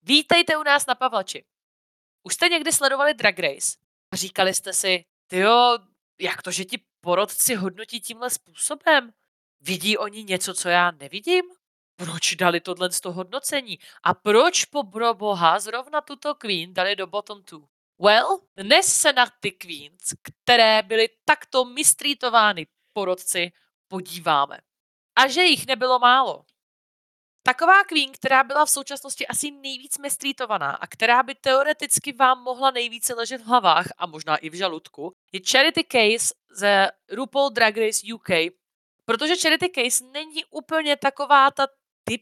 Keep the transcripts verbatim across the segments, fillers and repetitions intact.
Vítejte u nás na Pavlači. Už jste někdy sledovali Drag Race a říkali jste si, tyjo, jak to, že ti porotci hodnotí tímhle způsobem? Vidí oni něco, co já nevidím? Proč dali tohle z toho hodnocení? A proč po boha zrovna tuto queen dali do bottom two? Well, dnes se na ty queens, které byly takto mistrítovány porotci, podíváme. A že jich nebylo málo. Taková queen, která byla v současnosti asi nejvíc mistrítovaná a která by teoreticky vám mohla nejvíce ležet v hlavách a možná i v žaludku, je Charity Case ze RuPaul Drag Race U K, protože Charity Case není úplně taková ta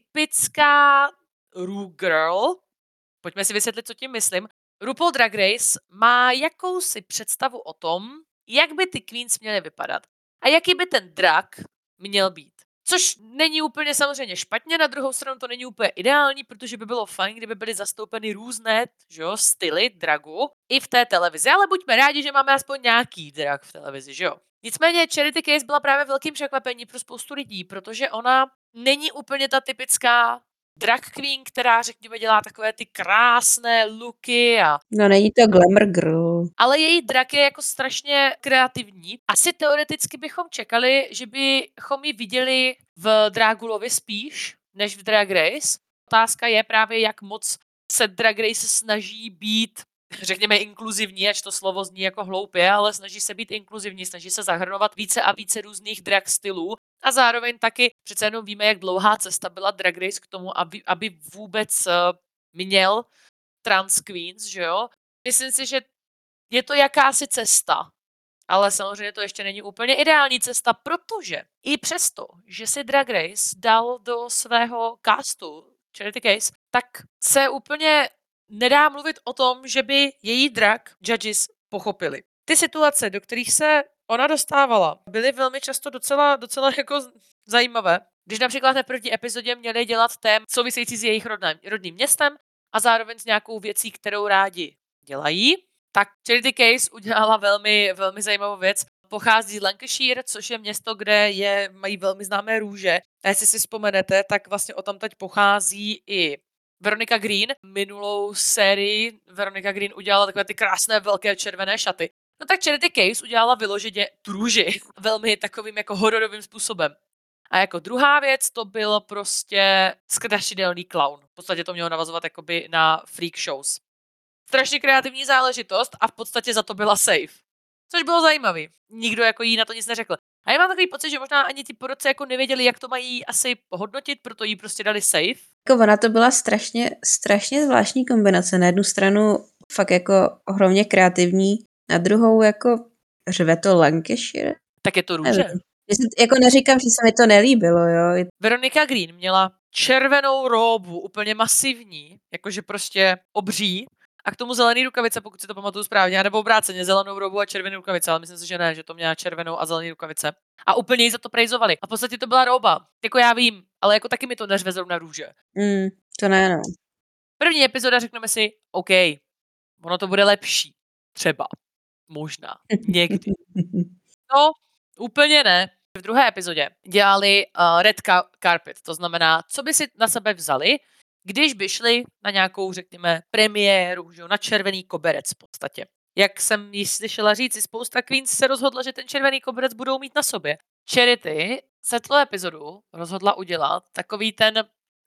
typická Ru girl. Pojďme si vysvětlit, co tím myslím. RuPaul Drag Race má jakousi představu o tom, jak by ty queens měly vypadat a jaký by ten drag měl být. Což není úplně samozřejmě špatně, na druhou stranu to není úplně ideální, protože by bylo fajn, kdyby byly zastoupeny různé, že jo, styly dragu i v té televizi, ale buďme rádi, že máme aspoň nějaký drag v televizi, že jo. Nicméně Charity Case byla právě velkým překvapení pro spoustu lidí, protože ona není úplně ta typická drag queen, která, řekněme, dělá takové ty krásné looky a... No není to glamour girl. Ale její drag je jako strašně kreativní. Asi teoreticky bychom čekali, že bychom ji viděli v Dragulovi spíš, než v Drag Race. Otázka je právě, jak moc se Drag Race snaží být, řekněme, inkluzivní, ač to slovo zní jako hloupě, ale snaží se být inkluzivní, snaží se zahrnovat více a více různých drag stylů. A zároveň taky přece jenom víme, jak dlouhá cesta byla Drag Race k tomu, aby, aby vůbec uh, měl trans queens, že jo? Myslím si, že je to jakási cesta, ale samozřejmě to ještě není úplně ideální cesta, protože i přesto, že si Drag Race dal do svého castu Charity Case, tak se úplně nedá mluvit o tom, že by její drag judges pochopili. Ty situace, do kterých se ona dostávala, byly velmi často docela, docela jako zajímavé. Když například na první epizodě měli dělat tém související s jejich rodným, rodným městem a zároveň s nějakou věcí, kterou rádi dělají, tak Charity Case udělala velmi, velmi zajímavou věc. Pochází z Lancashire, což je město, kde je, mají velmi známé růže. A jestli si vzpomenete, tak vlastně o tam teď pochází i Veronica Green. Minulou sérii Veronica Green udělala takové ty krásné velké červené šaty. No tak Charity Case udělala vyloženě tu růži velmi takovým jako hororovým způsobem. A jako druhá věc to byl prostě strašidelný clown. V podstatě to mělo navazovat jakoby na freak shows. Strašně kreativní záležitost a v podstatě za to byla safe. Což bylo zajímavý. Nikdo jako jí na to nic neřekl. A já mám takový pocit, že možná ani ti porodci jako nevěděli, jak to mají asi hodnotit, proto jí prostě dali safe. Jako ona to byla strašně, strašně zvláštní kombinace. Na jednu stranu fakt jako ohromně kreativní, na druhou jako řve to Lancashire. Tak je to růže. Jako neříkám, že se mi to nelíbilo, jo. Veronica Green měla červenou róbu, úplně masivní, jakože prostě obří, a k tomu zelený rukavice, pokud si to pamatuju správně, nebo obráceně zelenou robu a červený rukavice, ale myslím si, že ne, že to měla červenou a zelený rukavice. A úplně jí za to prejzovali. A v podstatě to byla roba. Jako já vím, ale jako taky mi to neřve zrovna růže. Mm, to ne, no. První epizoda řekneme si, OK, ono to bude lepší. Třeba. Možná. Někdy. No, úplně ne. V druhé epizodě dělali uh, red ca- carpet, to znamená, co by si na sebe vzali, když by šli na nějakou, řekněme, premiéru, že jo, na červený koberec v podstatě. Jak jsem ji slyšela říct, spousta queens se rozhodla, že ten červený koberec budou mít na sobě. Charity se tuto epizodu rozhodla udělat takový ten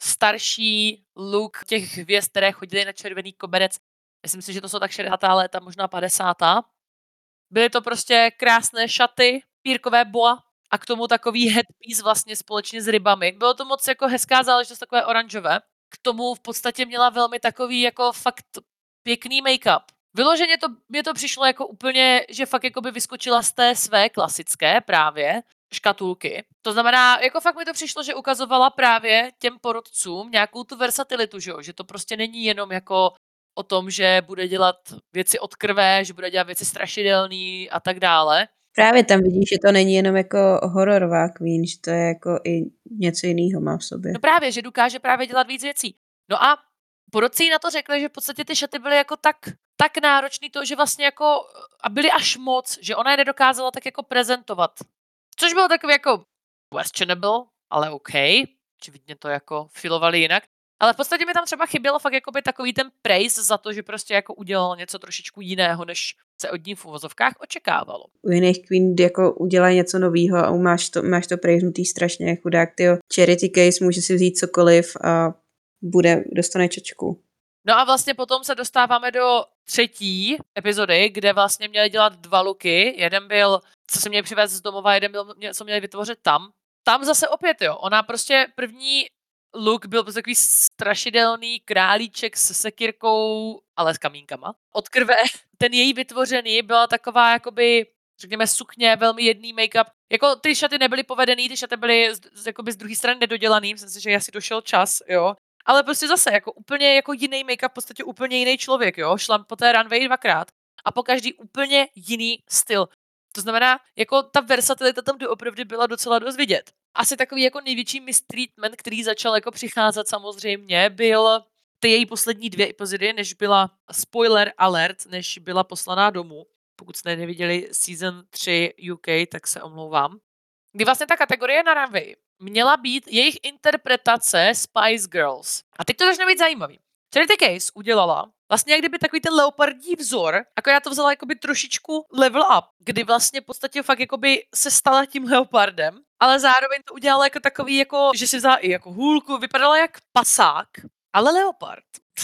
starší look těch hvězd, které chodily na červený koberec. Myslím si, že to jsou tak šedesátá léta, možná padesátá Byly to prostě krásné šaty, pírkové boa a k tomu takový headpiece vlastně společně s rybami. Bylo to moc jako hezká záležitost, takové oranžové. K tomu v podstatě měla velmi takový jako fakt pěkný make-up. Vyloženě to, mě to přišlo jako úplně, že fakt jako by vyskočila z té své klasické právě škatulky. To znamená, jako fakt mi to přišlo, že ukazovala právě těm porodcům nějakou tu versatilitu, že, jo? Že to prostě není jenom jako o tom, že bude dělat věci od krve, že bude dělat věci strašidelný a tak dále. Právě tam vidíš, že to není jenom jako hororová queen, že to je jako i něco jiného má v sobě. No právě, že dokáže právě dělat víc věcí. No a porodci na to řekli, že v podstatě ty šaty byly jako tak, tak náročný to, že vlastně jako a byly až moc, že ona je nedokázala tak jako prezentovat. Což bylo takový jako questionable, ale OK. Očividně to jako filovali jinak. Ale v podstatě mi tam třeba chybělo fakt jakoby takový ten praise za to, že prostě jako udělal něco trošičku jiného, než se od ní v uvozovkách očekávalo. U jiných Queen jako udělají něco novýho a máš to, máš to prejznutý strašně, chudák, tyjo. Charity Case může si vzít cokoliv a bude, dostane čočku. No a vlastně potom se dostáváme do třetí epizody, kde vlastně měli dělat dva looky. Jeden byl, co se měli přivést z domova, jeden byl, co měli vytvořit tam. Tam zase opět, jo. Ona prostě první look byl prostě takový strašidelný králíček s sekírkou, ale s kamínkama. Od krve. Ten její vytvořený byla taková jakoby, řekněme, sukně, velmi jedný make-up. Jako ty šaty nebyly povedený, ty šaty byly z, z, jakoby z druhé strany nedodělaný. Myslím si, že asi došel čas, jo. Ale prostě zase, jako úplně jako jiný make-up, v podstatě úplně jiný člověk, jo. Šla po té runway dvakrát a po každý úplně jiný styl. To znamená, jako ta versatilita tam doopravdy byla docela dost vidět. Asi takový jako největší mistreatment, který začal jako přicházet samozřejmě, byl ty její poslední dvě epizody, než byla spoiler alert, než byla poslaná domů. Pokud jste neviděli season tři U K, tak se omlouvám. Kdy vlastně ta kategorie na runway měla být jejich interpretace Spice Girls. A teď to začne být zajímavý. Charity Case udělala vlastně jak kdyby takový ten leopardí vzor, akorát to vzala jakoby trošičku level up, kdy vlastně v podstatě fakt jakoby se stala tím leopardem, ale zároveň to udělala jako takový jako, že si vzala i jako hůlku, vypadala jak pasák, ale leopard.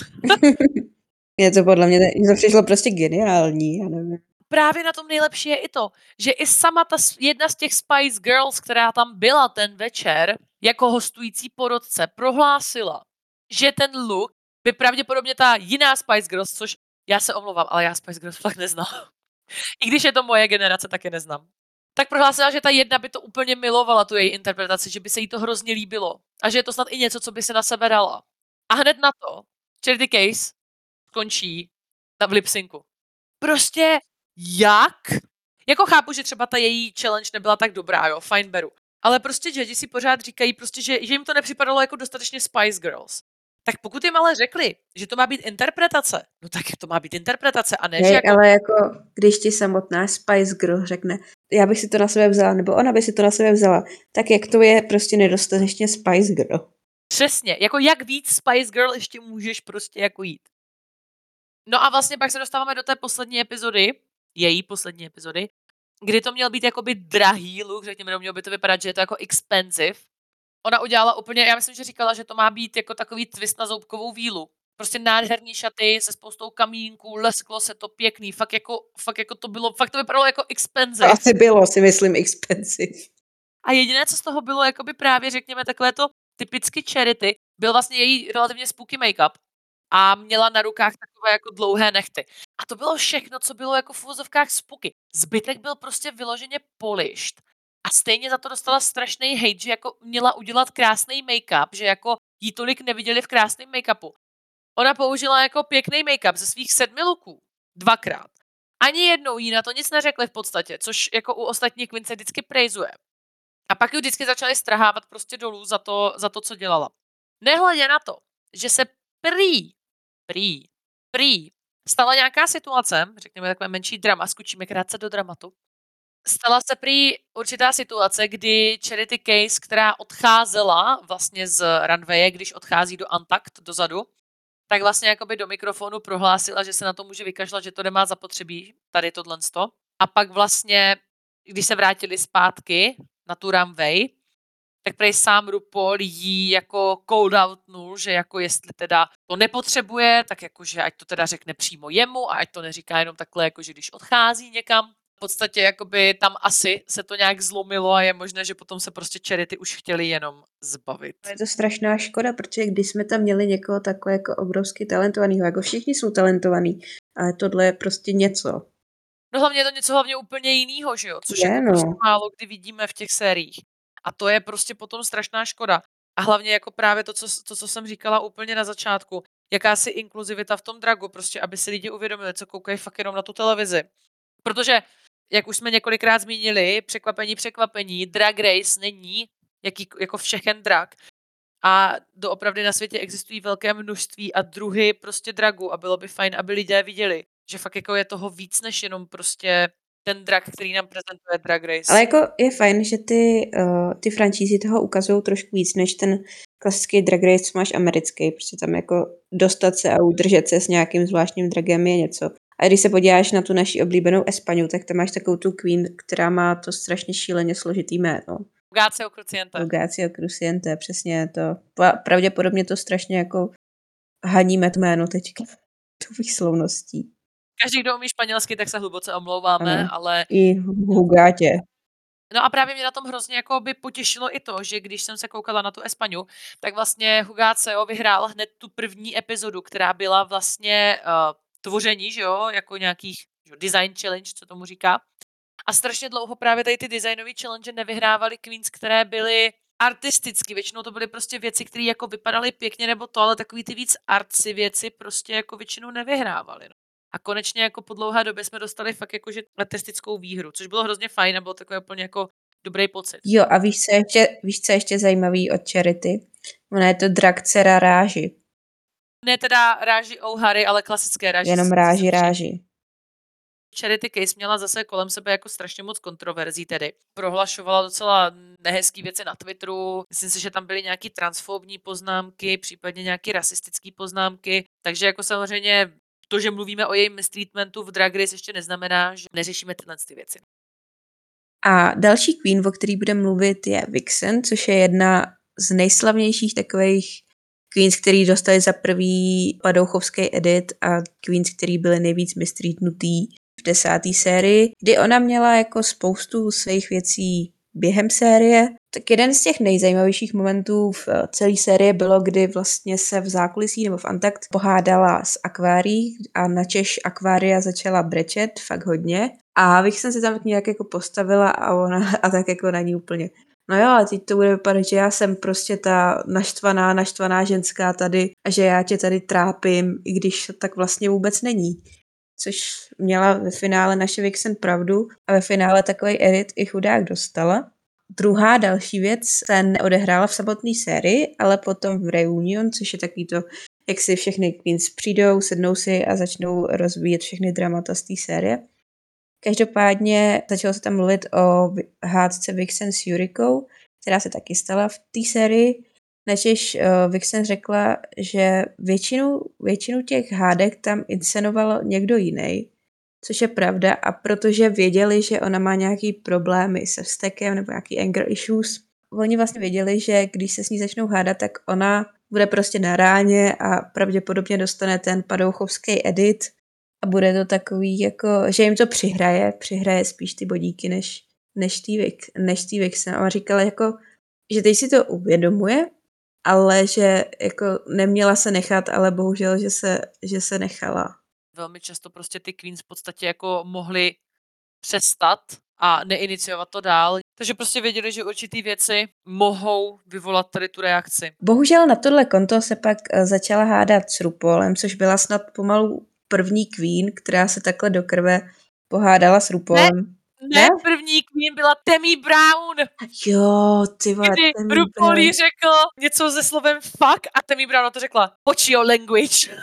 Je to podle mě, to přišlo prostě geniální, já nevím. Právě na tom nejlepší je i to, že i sama ta jedna z těch Spice Girls, která tam byla ten večer, jako hostující porodce, prohlásila, že ten look by pravděpodobně ta jiná Spice Girls, což já se omlouvám, ale já Spice Girls fakt neznám. I když je to moje generace, tak je neznám. Tak prohlásila, že ta jedna by to úplně milovala, tu její interpretaci, že by se jí to hrozně líbilo. A že je to snad i něco, co by se na sebe dala. A hned na to Charity Case skončí na lip-syncu. Prostě jak? Jako chápu, že třeba ta její challenge nebyla tak dobrá, jo, fajn beru. Ale prostě Jedi si pořád říkají prostě, že, že jim to nepřipadalo jako dostatečně Spice Girls. Tak pokud jim ale řekli, že to má být interpretace, no tak to má být interpretace a ne, Hej, že jako... ale jako, když ti samotná Spice Girl řekne, já bych si to na sebe vzala, nebo ona by si to na sebe vzala, tak jak to je prostě nedostatečně Spice Girl. Přesně, jako jak víc Spice Girl ještě můžeš prostě jako jít. No a vlastně pak se dostáváme do té poslední epizody, její poslední epizody, kdy to měl být jakoby drahý look, řekněme, mělo by to vypadat, že je to jako expensive. Ona udělala úplně, já myslím, že říkala, že to má být jako takový twist na zoubkovou vílu. Prostě nádherný šaty se spoustou kamínků, lesklo se to pěkný, fakt jako, fakt jako to bylo, fakt to vypadalo jako expensive. To asi bylo, si myslím, expensive. A jediné, co z toho bylo, jakoby právě, řekněme, takové to typicky charity, byl vlastně její relativně spooky make-up a měla na rukách takové jako dlouhé nechty. A to bylo všechno, co bylo jako v úvozovkách spooky. Zbytek byl prostě vyloženě polished. A stejně za to dostala strašný hate, že jako měla udělat krásný make-up, že jako jí tolik neviděli v krásném make-upu. Ona použila jako pěkný make-up ze svých sedmi looků. Dvakrát. Ani jednou jí na to nic neřekli v podstatě, což jako u ostatních Queen se vždycky prejzuje. A pak ji vždycky začali strhávat prostě dolů za to, za to, co dělala. Nehledě na to, že se prý, prý, prý stala nějaká situace, řekněme takové menší drama, skočíme krátce do dramatu. Stala se prý určitá situace, kdy Charity Case, která odcházela vlastně z runwaye, když odchází do Untucked dozadu, tak vlastně jakoby do mikrofonu prohlásila, že se na to může vykašlat, že to nemá zapotřebí, tady tohleto. A pak vlastně, když se vrátili zpátky na tu runway, tak prej sám RuPaul jí jako called outnul, že jako jestli teda to nepotřebuje, tak jakože ať to teda řekne přímo jemu a ať to neříká jenom takhle, jakože když odchází někam. V podstatě jakoby tam asi se to nějak zlomilo a je možné, že potom se prostě Charity už chtěli jenom zbavit. Je to strašná škoda, protože když jsme tam měli někoho takové jako obrovsky talentovaného, jako všichni jsou talentovaní, ale tohle je prostě něco. No hlavně je to něco hlavně úplně jiného, že jo, což je, jako no. prostě málo kdy vidíme v těch sériích. A to je prostě potom strašná škoda. A hlavně jako právě to, co, to, co jsem říkala úplně na začátku, jakási inkluzivita v tom dragu, prostě aby si lidi uvědomili, co koukají fakt jenom na tu televizi. Protože, jak už jsme několikrát zmínili, překvapení, překvapení, Drag Race není jaký, jako všechen drag. A doopravdy na světě existují velké množství a druhy prostě dragu a bylo by fajn, aby lidé viděli, že fakt jako je toho víc než jenom prostě ten drag, který nám prezentuje Drag Race. Ale jako je fajn, že ty, uh, ty franšízy toho ukazují trošku víc než ten klasický Drag Race, co máš americký, prostě tam jako dostat se a udržet se s nějakým zvláštním dragem je něco. A když se podíváš na tu naši oblíbenou Espaňu, tak tam máš takovou tu queen, která má to strašně šíleně složitý jméno. Fugacio Cruciente. Fugacio Cruciente, přesně to. Pa- pravděpodobně to strašně jako haníme to jméno teďka. Tu výslovností. Každý, kdo umí španělsky, tak se hluboce omlouváme, Ano. ale... I Hugátě. No a právě mě na tom hrozně jako by potěšilo i to, že když jsem se koukala na tu Espaňu, tak vlastně Hugáceo vyhrál hned tu první epizodu, která byla vlastně uh, tvoření, že jo, jako nějakých že jo, design challenge, co tomu říká. A strašně dlouho právě tady ty designové challenge nevyhrávaly queens, které byly artisticky. Většinou to byly prostě věci, které jako vypadaly pěkně nebo to, ale takový ty víc artsy věci prostě jako většinou nevyhrávaly. No. A konečně jako po dlouhé době jsme dostali fakt jakože artistickou výhru, což bylo hrozně fajn a bylo takový úplně jako dobrý pocit. Jo, a víš, co ještě, víš, co ještě zajímavý od Charity? Ona je to drag dcera Ráži. Ne teda Ráži O'Hary, ale klasické Ráži. Jenom Ráži Ráži. Charity Case měla zase kolem sebe jako strašně moc kontroverzí tedy. Prohlašovala docela nehezký věci na Twitteru. Myslím si, že tam byly nějaký transfobní poznámky, případně nějaké rasistické poznámky. Takže jako samozřejmě to, že mluvíme o jejím mistreatmentu v Drag Race ještě neznamená, že neřešíme tyhle ty věci. A další queen, o který budeme mluvit, je Vixen, což je jedna z nejslavnějších takových queens, který dostali za prvý padouchovský edit a queens, který byly nejvíc mistreatnutý v desáté sérii, kdy ona měla jako spoustu svých věcí během série. Tak jeden z těch nejzajímavějších momentů v celé série bylo, kdy vlastně se v zákulisí nebo v Antakt pohádala s akvárií a načež akvária začala brečet fakt hodně. A bych jsem si tam nějak jako postavila a ona a tak jako na ní úplně no jo, a teď to bude vypadat, že já jsem prostě ta naštvaná, naštvaná ženská tady a že já tě tady trápím, i když to tak vlastně vůbec není. Což měla ve finále naše Vixen pravdu a ve finále takový edit i chudák dostala. Druhá další věc se neodehrála v samotné sérii, ale potom v Reunion, což je takový to, jak si všechny queens přijdou, sednou si a začnou rozvíjet všechny dramata z té série. Každopádně začalo se tam mluvit o hádce Vixen s Yurikou, která se taky stala v té sérii. Načež uh, Vixen řekla, že většinu, většinu těch hádek tam inscenoval někdo jiný, což je pravda, a protože věděli, že ona má nějaký problémy se vztekem nebo nějaký anger issues, oni vlastně věděli, že když se s ní začnou hádat, tak ona bude prostě na ráně a pravděpodobně dostane ten padouchovský edit a bude to takový, jako, že jim to přihraje, přihraje spíš ty bodíky, než, než tý Vix, než tý Vixen. A říkala, jako, že teď si to uvědomuje, ale že jako neměla se nechat, ale bohužel, že se, že se nechala. Velmi často prostě ty queens v podstatě jako mohly přestat a neiniciovat to dál. Takže prostě věděli, že určitý věci mohou vyvolat tady tu reakci. Bohužel na tohle konto se pak začala hádat s RuPaulem, což byla snad pomalu první queen, která se takhle do krve pohádala s RuPaulem. Ne, ne, první queen byla Tammy Brown. Jo, ty vole, Kdy RuPaul jí řekl něco se slovem fuck a Tammy Brown na to řekla watch your language.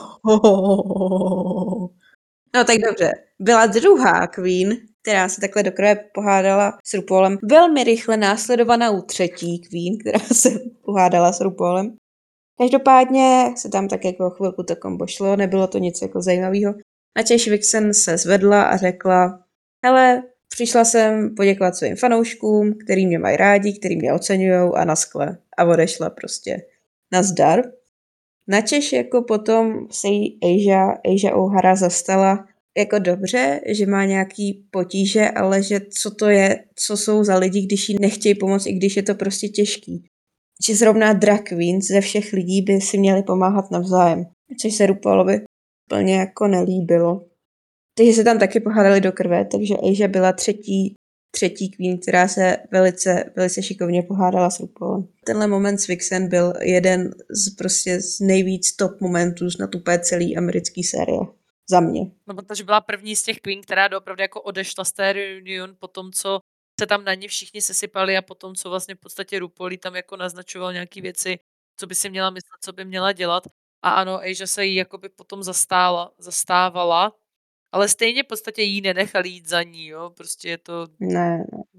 No tak dobře, byla druhá queen, která se takhle do krve pohádala s RuPaulem. Velmi rychle následovaná u třetí queen, která se pohádala s RuPaulem. Každopádně se tam tak jako chvilku to kombo šlo, nebylo to nic jako zajímavého. Načež Vixen se zvedla a řekla, hele, přišla jsem poděkovat svým fanouškům, který mě mají rádi, který mě oceňujou a naskle. A odešla prostě. Nazdar. Načež jako potom se jí Asia, Asia O'Hara zastala jako dobře, že má nějaký potíže, ale že co to je, co jsou za lidi, když jí nechtějí pomoct, i když je to prostě těžký. Že zrovna drag queens ze všech lidí by si měli pomáhat navzájem, což se RuPaulovi plně jako nelíbilo. Takže se tam taky pohádali do krve, takže Asia byla třetí, třetí queen, která se velice, velice šikovně pohádala s RuPaulem. Tenhle moment s Vixen byl jeden z prostě z nejvíc top momentů na tupé celý americký série. Za mě. No, protože byla první z těch queen, která doopravdy jako odešla z té reunion po tom, co se tam na ně všichni sesypali a potom, co vlastně v podstatě RuPaul tam jako naznačoval nějaký věci, co by si měla myslet, co by měla dělat. A ano, Asia se jí jakoby potom zastála, zastávala, ale stejně v podstatě jí nenechali jít za ní, jo, prostě je to, ne, ne. bylo to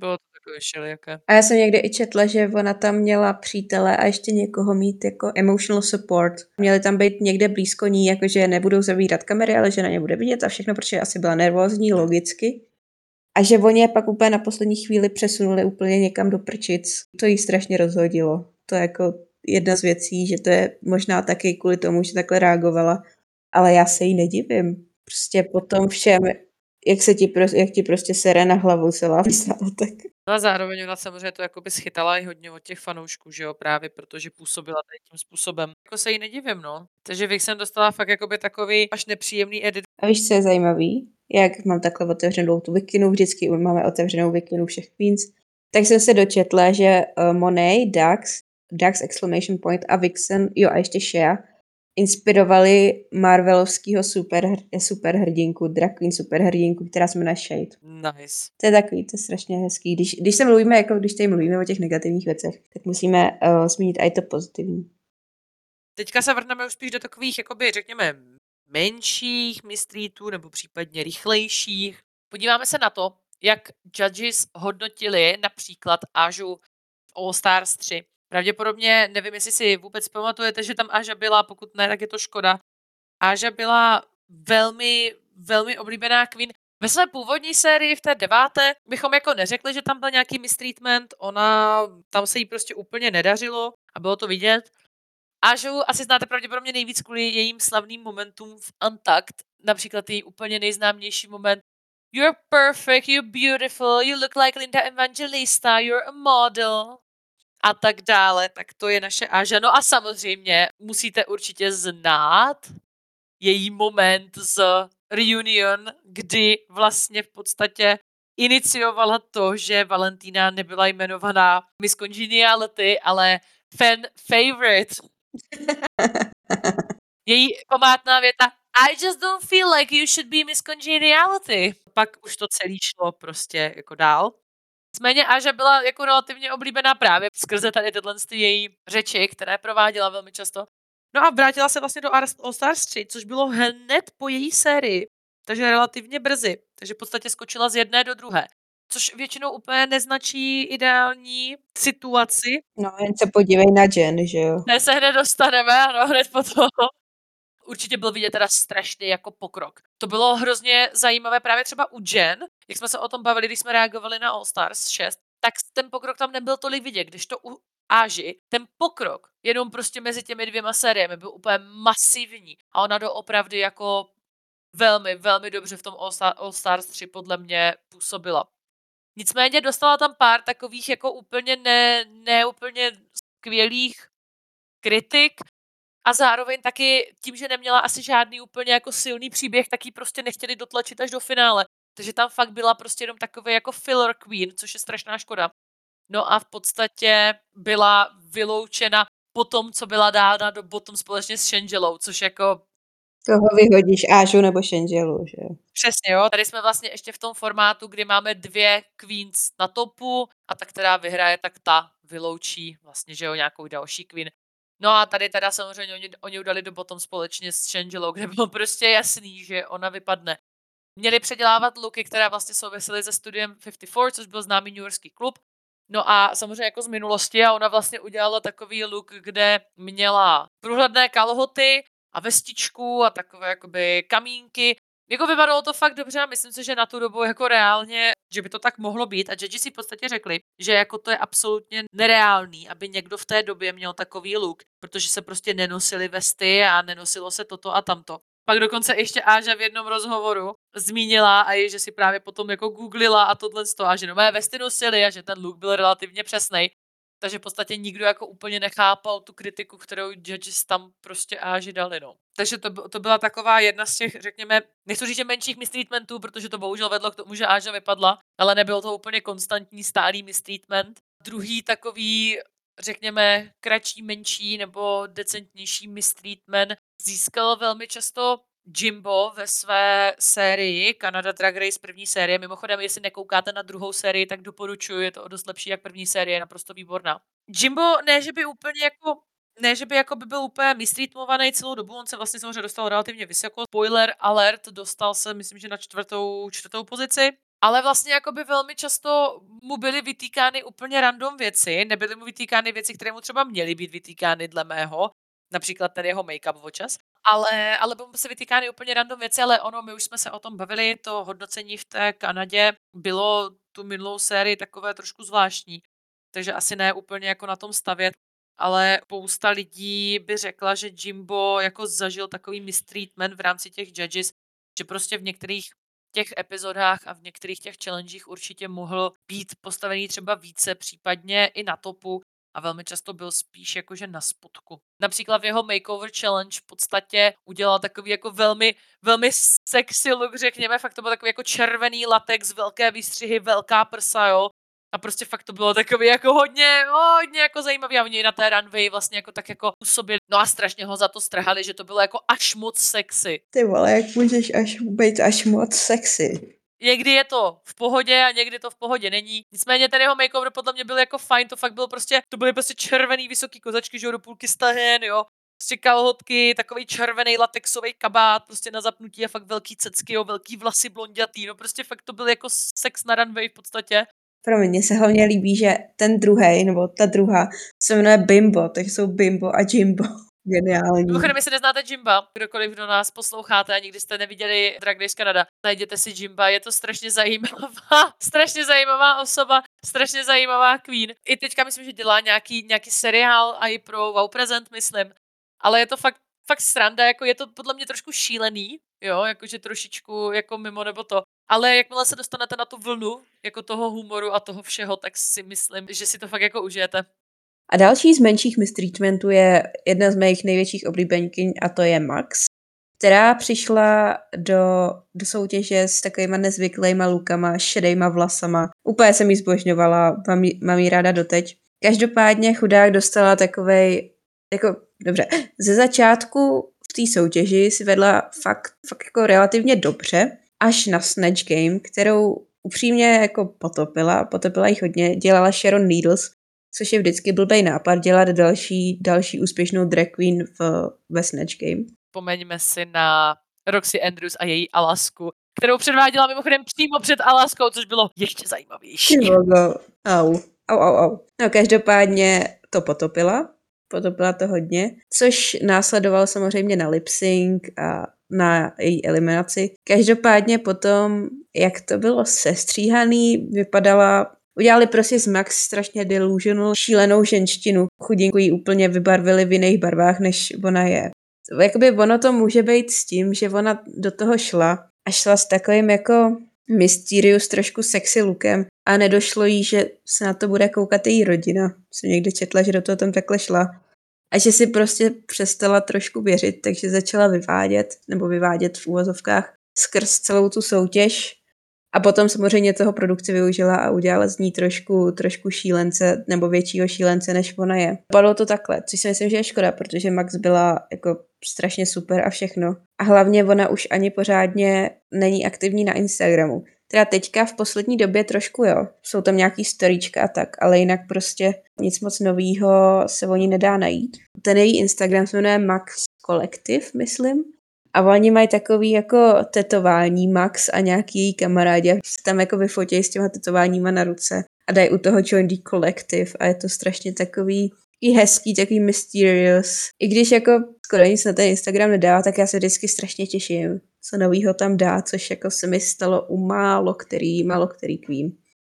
takové všelijaké. A já jsem někde i četla, že ona tam měla přítele a ještě někoho mít jako emotional support. Měli tam být někde blízko ní, jakože nebudou zavírat kamery, ale že na ně bude vidět a všechno, protože asi byla nervózní, logicky. A že oni je pak úplně na poslední chvíli přesunuli úplně někam do prčic. To jí strašně rozhodilo. To je jako jedna z věcí, že to je možná taky kvůli tomu, že takhle reagovala. Ale já se jí nedivím. Prostě potom všem, jak, se ti, pro, jak ti prostě sere na hlavu celá výstava, tak... No a zároveň ona samozřejmě to jakoby schytala i hodně od těch fanoušků, že jo, právě protože působila tady tím způsobem. Jako se jí nedivím, no. Takže Vixen dostala fakt jakoby takový až nepříjemný edit. A víš, co je zajímavý? Jak mám takhle otevřenou tu Wikinu, vždycky máme otevřenou Wikinu všech Queens, tak jsem se dočetla, že uh, Monet, Dax, Dax exclamation point a Vixen, jo a ještě Shea, inspirovali Marvelovského super, superhrdinku, drag queen superhrdinku, která se jmenuje Shade. Nice. To je takový, to je strašně hezký. Když, když se mluvíme, jako když tady mluvíme o těch negativních věcech, tak musíme uh, zmínit i to pozitivní. Teďka se vrhneme už spíš do takových, jakoby, řekněme, menších mistreatů nebo případně rychlejších. Podíváme se na to, jak judges hodnotili například Ažu v All Stars tři. Pravděpodobně, nevím, jestli si vůbec pamatujete, že tam Aža byla, pokud ne, tak je to škoda. Aža byla velmi, velmi oblíbená queen. Ve své původní sérii v té deváté bychom jako neřekli, že tam byl nějaký mistreatment, ona, tam se jí prostě úplně nedařilo a bylo to vidět. Ažu asi znáte pravděpodobně nejvíc kvůli jejím slavným momentům v Untucked, například její úplně nejznámější moment You're perfect, you're beautiful, you look like Linda Evangelista, you're a model a tak dále, tak to je naše Aža. No a samozřejmě musíte určitě znát její moment z Reunion, kdy vlastně v podstatě iniciovala to, že Valentína nebyla jmenovaná Miss Congeniality, ale fan favorite. Její památná věta I just don't feel like you should be Miss Congeniality. Pak už to celý šlo prostě jako dál. Nicméně Aža byla jako relativně oblíbená právě skrze tady tyhle její řeči, které prováděla velmi často. No a vrátila se vlastně do All Stars tři, což bylo hned po její sérii, takže relativně brzy. Takže v podstatě skočila z jedné do druhé. Což většinou úplně neznačí ideální situaci. No, jen se podívej na Jen, že jo? Ne, se hned dostaneme, ano, hned po toho. Určitě byl vidět teda strašný jako pokrok. To bylo hrozně zajímavé právě třeba u Jen, jak jsme se o tom bavili, když jsme reagovali na All Stars šest, tak ten pokrok tam nebyl tolik vidět, když to u Aži, ten pokrok jenom prostě mezi těmi dvěma sériemi byl úplně masivní a ona doopravdy jako velmi, velmi dobře v tom All, Star, All Stars tři podle mě působila. Nicméně dostala tam pár takových jako úplně ne, ne úplně skvělých kritik, a zároveň taky tím, že neměla asi žádný úplně jako silný příběh, tak ji prostě nechtěli dotlačit až do finále. Takže tam fakt byla prostě jenom takový jako filler queen, což je strašná škoda. No a v podstatě byla vyloučena po tom, co byla dána do bottom společně s Shangelou, což jako... Koho vyhodíš, Ažu nebo Shangelu, že jo? Přesně, jo. Tady jsme vlastně ještě v tom formátu, kdy máme dvě queens na topu a ta, která vyhraje, tak ta vyloučí vlastně, že jo, nějakou další queen. No a tady teda samozřejmě oni, oni udali do bottom společně s Shangelou, kde bylo prostě jasný, že ona vypadne. Měli předělávat looky, které vlastně souvisely se studiem padesát čtyři, což byl známý newyorský klub. No a samozřejmě jako z minulosti a ona vlastně udělala takový look, kde měla průhledné kalhoty a vestičku a takové jakoby kamínky. Jako vypadalo to fakt dobře a myslím si, že na tu dobu jako reálně, že by to tak mohlo být a judges si v podstatě řekli, že jako to je absolutně nereálný, aby někdo v té době měl takový look, protože se prostě nenosily vesty a nenosilo se toto a tamto. Pak dokonce ještě Áža v jednom rozhovoru zmínila a je, že si právě potom jako googlila a tohle z toho a že nové vesty nosily a že ten look byl relativně přesnej. Takže v podstatě nikdo jako úplně nechápal tu kritiku, kterou judges tam prostě Áži dali, no. Takže to, to byla taková jedna z těch, řekněme, nechci říct, že menších mistreatmentů, protože to bohužel vedlo k tomu, že Áža vypadla, ale nebyl to úplně konstantní stálý mistreatment. Druhý takový, řekněme, kratší, menší nebo decentnější mistreatment získal velmi často Jimbo ve své sérii Canada Drag Race první série. Mimochodem, jestli nekoukáte na druhou sérii, tak doporučuji, je to o dost lepší jak první série, je naprosto výborná. Jimbo ne, že by úplně jako ne, že by jako by byl úplně mistreatmovaný celou dobu, on se vlastně samozřejmě dostal relativně vysoko. Spoiler alert, dostal se, myslím, že na čtvrtou, čtvrtou pozici. ale vlastně jakoby velmi často mu byly vytýkány úplně random věci, nebyly mu vytýkány věci, které mu třeba měly být vytýkány dle mého, například ten jeho make-up občas, ale, ale byly mu se vytýkány úplně random věci, ale ono, my už jsme se o tom bavili, to hodnocení v té Kanadě bylo tu minulou sérii takové trošku zvláštní, takže asi ne úplně jako na tom stavět, ale spousta lidí by řekla, že Jimbo jako zažil takový mistreatment v rámci těch judges, že prostě v některých těch epizodách a v některých těch challengech určitě mohl být postavený třeba více, případně i na topu a velmi často byl spíš jakože na spodku. Například v jeho makeover challenge v podstatě udělal takový jako velmi, velmi sexy look, řekněme, fakt to byl takový jako červený latex, velké výstřihy, velká prsa, jo. A prostě fakt to bylo takový jako hodně, hodně jako zajímavý a oni na té runway vlastně jako tak jako působili. No a strašně ho za to strhali, že to bylo jako až moc sexy. Ty vole, jak můžeš až být až moc sexy? Někdy je to v pohodě a někdy to v pohodě není. Nicméně ten jeho makeover podle mě byl jako fajn, to fakt bylo prostě, to byly prostě červený vysoký kozačky, že jo, do půlky stahen, jo. Prostě kalhotky, takový červený latexový kabát, prostě na zapnutí a fakt velký cecky, jo, velký vlasy blondětý, no prostě fakt to byl jako sex na runway v podstatě. Pro mě se hlavně líbí, že ten druhej, nebo ta druhá, se jmenuje Bimbo, takže jsou Bimbo a Jimbo. Geniální. Mimochodem, jestli neznáte Jimba, kdokoliv, kdo nás posloucháte a nikdy jste neviděli Drag Race Canada, najděte si Jimba, je to strašně zajímavá, strašně zajímavá osoba, strašně zajímavá queen. I teďka myslím, že dělá nějaký, nějaký seriál a i pro Wow Present, myslím. Ale je to fakt, fakt sranda, jako je to podle mě trošku šílený, jo, jakože trošičku jako mimo nebo to. Ale jakmile se dostanete na tu vlnu, jako toho humoru a toho všeho, tak si myslím, že si to fakt jako užijete. A další z menších mistreatmentů je jedna z mých největších oblíbenkyň a to je Max, která přišla do, do soutěže s takovýma nezvyklýma lukama, šedejma vlasama. Úplně jsem jí zbožňovala, mám jí, mám jí ráda doteď. Každopádně chudák dostala takovej, jako, dobře, ze začátku v té soutěži si vedla fakt, fakt jako relativně dobře, až na Snatch Game, kterou upřímně jako potopila, potopila jich hodně, dělala Sharon Needles, což je vždycky blbej nápad dělat další, další úspěšnou drag queen v, ve Snatch Game. Pomeňme si na Roxy Andrews a její Alasku, kterou předváděla mimochodem přímo před Alaskou, což bylo ještě zajímavější. Au, au, au, au. No každopádně to potopila, potopila to hodně, což následovalo samozřejmě na lip sync a na její eliminaci. Každopádně potom, jak to bylo sestříhaný, vypadala, udělali prostě z Max strašně delusional, šílenou ženštinu. Chudinku ji úplně vybarvili v jiných barvách, než ona je. Jakoby ono to může být s tím, že ona do toho šla a šla s takovým jako mysterious, trošku sexy lookem a nedošlo jí, že se na to bude koukat její rodina. Jsem někde četla, že do toho tam takhle šla. A že si prostě přestala trošku věřit, takže začala vyvádět, nebo vyvádět v úvozovkách skrz celou tu soutěž. A potom samozřejmě toho produkci využila a udělala z ní trošku, trošku šílence, nebo většího šílence, než ona je. Padlo to takhle, což si myslím, že je škoda, protože Max byla jako strašně super a všechno. A hlavně ona už ani pořádně není aktivní na Instagramu. Teda teďka v poslední době trošku jo, jsou tam nějaký storíčka a tak, ale jinak prostě nic moc novýho se o ní nedá najít. Ten její Instagram se jmenuje Max Collective, myslím. A oni mají takový jako tetování Max a nějaký její kamarádi a se tam jako vyfotějí s těma tetováníma na ruce a dají u toho Join the Collective a je to strašně takový i hezký, takový mysterious. I když jako skoro nic na ten Instagram nedá, tak já se vždycky strašně těším, co novýho tam dá, což jako se mi stalo u málo který, málo který queen.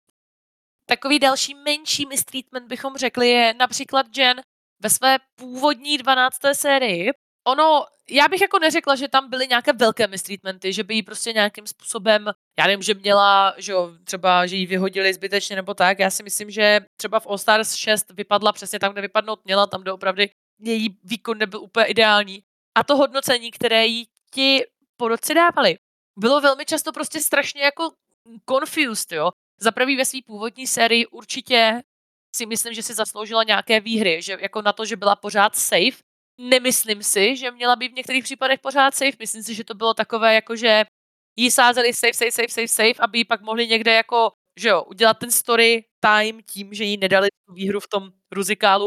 Takový další menší mistreatment bychom řekli je například Jen ve své původní dvanácté sérii. Ono, já bych jako neřekla, že tam byly nějaké velké mistreatmenty, že by jí prostě nějakým způsobem, já nevím, že měla, že jo, třeba, že jí vyhodili zbytečně nebo tak. Já si myslím, že třeba v All Stars šest vypadla přesně tam, kde vypadnout měla, tam, kde opravdu její výkon nebyl úplně ideální. A to hodnocení, které jí ti porodci dávali, bylo velmi často prostě strašně jako confused, jo. Za prvý ve své původní sérii určitě si myslím, že si zasloužila nějaké výhry, že jako na to, že byla pořád safe. Nemyslím si, že měla být v některých případech pořád safe. Myslím si, že to bylo takové, jako že jí sázeli safe, safe, safe, safe, safe, aby jí pak mohli někde jako, že jo, udělat ten story time tím, že jí nedali tu výhru v tom ruzikálu.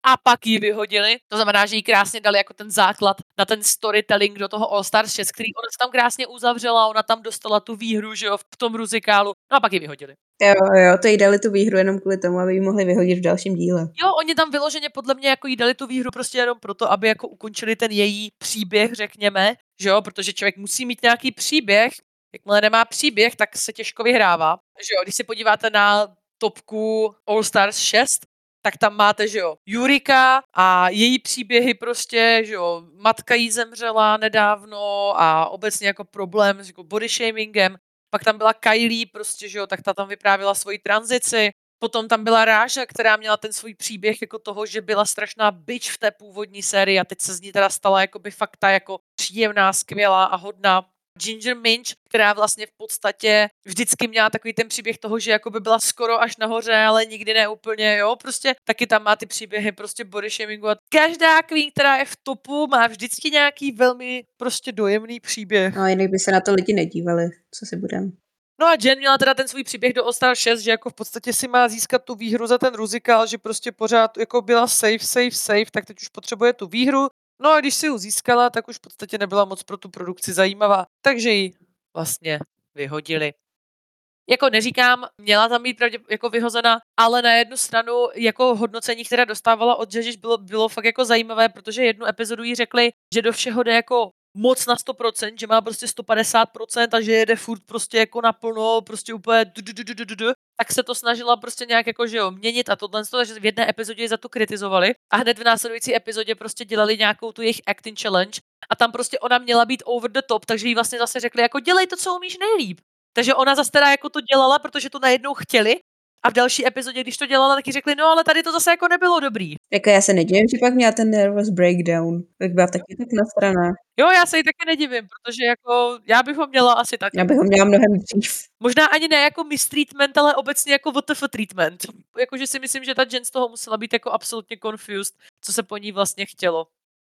a pak ji vyhodili. To znamená, že jí krásně dali jako ten základ na ten storytelling do toho All Stars šest, který ona se tam krásně uzavřela, ona tam dostala tu výhru, že jo, v tom muzikálu, no a pak ji vyhodili. Jo, jo, to jí dali tu výhru jenom kvůli tomu, aby ji mohli vyhodit v dalším díle. Jo, oni tam vyloženě podle mě jako jí dali tu výhru prostě jenom proto, aby jako ukončili ten její příběh, řekněme, že jo, protože člověk musí mít nějaký příběh, jakmile nemá příběh, tak se těžko vyhrává, že jo, když se podíváte na topku All Stars šest, tak tam máte, že jo, Jurika a její příběhy prostě, že jo, matka jí zemřela nedávno a obecně jako problém s jako body shamingem, pak tam byla Kylie prostě, že jo, tak ta tam vyprávěla svoji tranzici, potom tam byla Ráža, která měla ten svůj příběh jako toho, že byla strašná bitch v té původní sérii a teď se z ní teda stala jakoby fakt ta jako příjemná, skvělá a hodná Ginger Minch, která vlastně v podstatě vždycky měla takový ten příběh toho, že jakoby byla skoro až nahoře, ale nikdy ne úplně, jo, prostě taky tam má ty příběhy prostě body shamingu a každá queen, která je v topu, má vždycky nějaký velmi prostě dojemný příběh. No, jinak by se na to lidi nedívali, co si budem. No a Jen měla teda ten svůj příběh do All Star šest, že jako v podstatě si má získat tu výhru za ten ruzikál, že prostě pořád jako byla safe, safe, safe, tak teď už potřebuje tu výhru. No a když si ji získala, tak už v podstatě nebyla moc pro tu produkci zajímavá, takže ji vlastně vyhodili. Jako neříkám, měla tam být pravdě jako vyhozena, ale na jednu stranu jako hodnocení, které dostávala od Judges, bylo, bylo fakt jako zajímavé, protože jednu epizodu jí řekli, že do všeho jde jako moc na sto procent, že má prostě sto padesát procent a že jede furt prostě jako naplno, prostě úplně du, du, du, du, du, du. Tak se to snažila prostě nějak jako, že jo, měnit a tohle, takže v jedné epizodě ji za to kritizovali a hned v následující epizodě prostě dělali nějakou tu jejich acting challenge a tam prostě ona měla být over the top, takže jí vlastně zase řekli jako dělej to, co umíš nejlíp. Takže ona zase teda jako to dělala, protože to najednou chtěli a v další epizodě, když to dělala, taky řekli, no ale tady to zase jako nebylo dobrý. Jako já se nedivím, že pak měla ten nervous breakdown. Tak byla taky tak nasraná. Jo, já se jí taky nedivím, protože jako já bych ho měla asi taky. Já bych ho měla mnohem dřív. Možná ani ne jako mistreatment, ale obecně jako W T F treatment. Jakože si myslím, že ta Jen z toho musela být jako absolutně confused, co se po ní vlastně chtělo.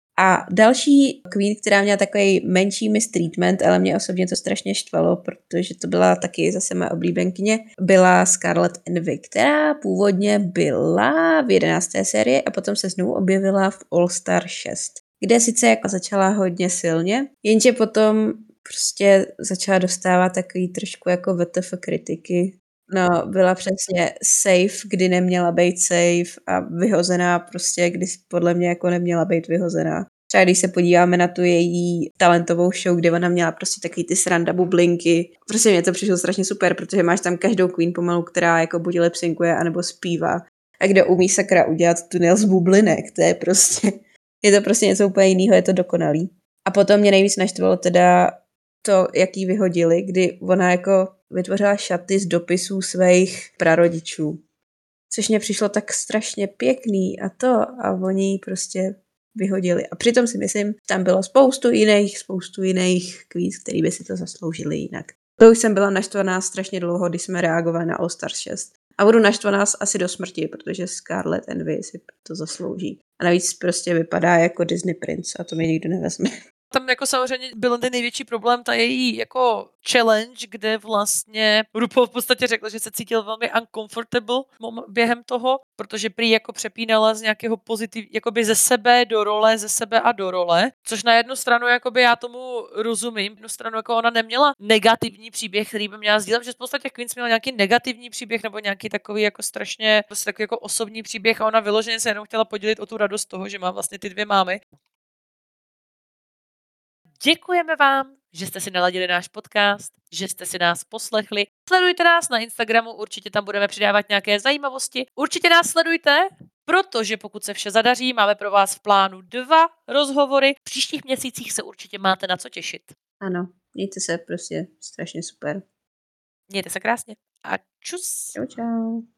A další queen, která měla takový menší mistreatment, ale mě osobně to strašně štvalo, protože to byla taky zase moje oblíbenkyně, byla Scarlet Envy, která původně byla v jedenácté sérii a potom se znovu objevila v All Star šest, kde sice jako začala hodně silně, jenže potom prostě začala dostávat takový trošku jako W T F kritiky. No, byla přesně safe, kdy neměla být safe a vyhozená prostě, kdy podle mě jako neměla být vyhozená. Třeba když se podíváme na tu její talentovou show, kde ona měla prostě takový ty sranda bublinky. Prostě mě to přišlo strašně super, protože máš tam každou queen pomalu, která jako buď lipsynkuje, anebo zpívá. A kdo umí sakra udělat tunel z bublinek, to je prostě, je to prostě něco úplně jiného, je to dokonalý. A potom mě nejvíc naštvalo teda to, jak jí vyhodili, kdy ona jako vytvořila šaty z dopisů svých prarodičů. Což mě přišlo tak strašně pěkný a to, a oni ji prostě vyhodili. A přitom si myslím, tam bylo spoustu jiných, spoustu jiných kvíz, který by si to zasloužili jinak. To už jsem byla naštvaná strašně dlouho, když jsme reagovali na All Stars šest. A budu naštvaná asi do smrti, protože Scarlet Envy si to zaslouží. A navíc prostě vypadá jako Disney Prince a to mi nikdo nevezme. Tam jako samozřejmě byl ten největší problém, ta její jako challenge, kde vlastně RuPaul v podstatě řekl, že se cítil velmi uncomfortable během toho, protože prý jako přepínala z nějakého pozitiv, jakoby ze sebe do role, ze sebe a do role, což na jednu stranu jakoby já tomu rozumím, na jednu stranu jako ona neměla negativní příběh, který by měla sdílet, že v podstatě Queens měla nějaký negativní příběh nebo nějaký takový jako strašně prostě takový jako osobní příběh a ona vyloženě se jenom chtěla podělit o tu radost toho, že má vlastně ty dvě mámy. Děkujeme vám, že jste si naladili náš podcast, že jste si nás poslechli. Sledujte nás na Instagramu, určitě tam budeme přidávat nějaké zajímavosti. Určitě nás sledujte, protože pokud se vše zadaří, máme pro vás v plánu dva rozhovory. V příštích měsících se určitě máte na co těšit. Ano, mějte se prostě strašně super. Mějte se krásně a čus. Čau, čau.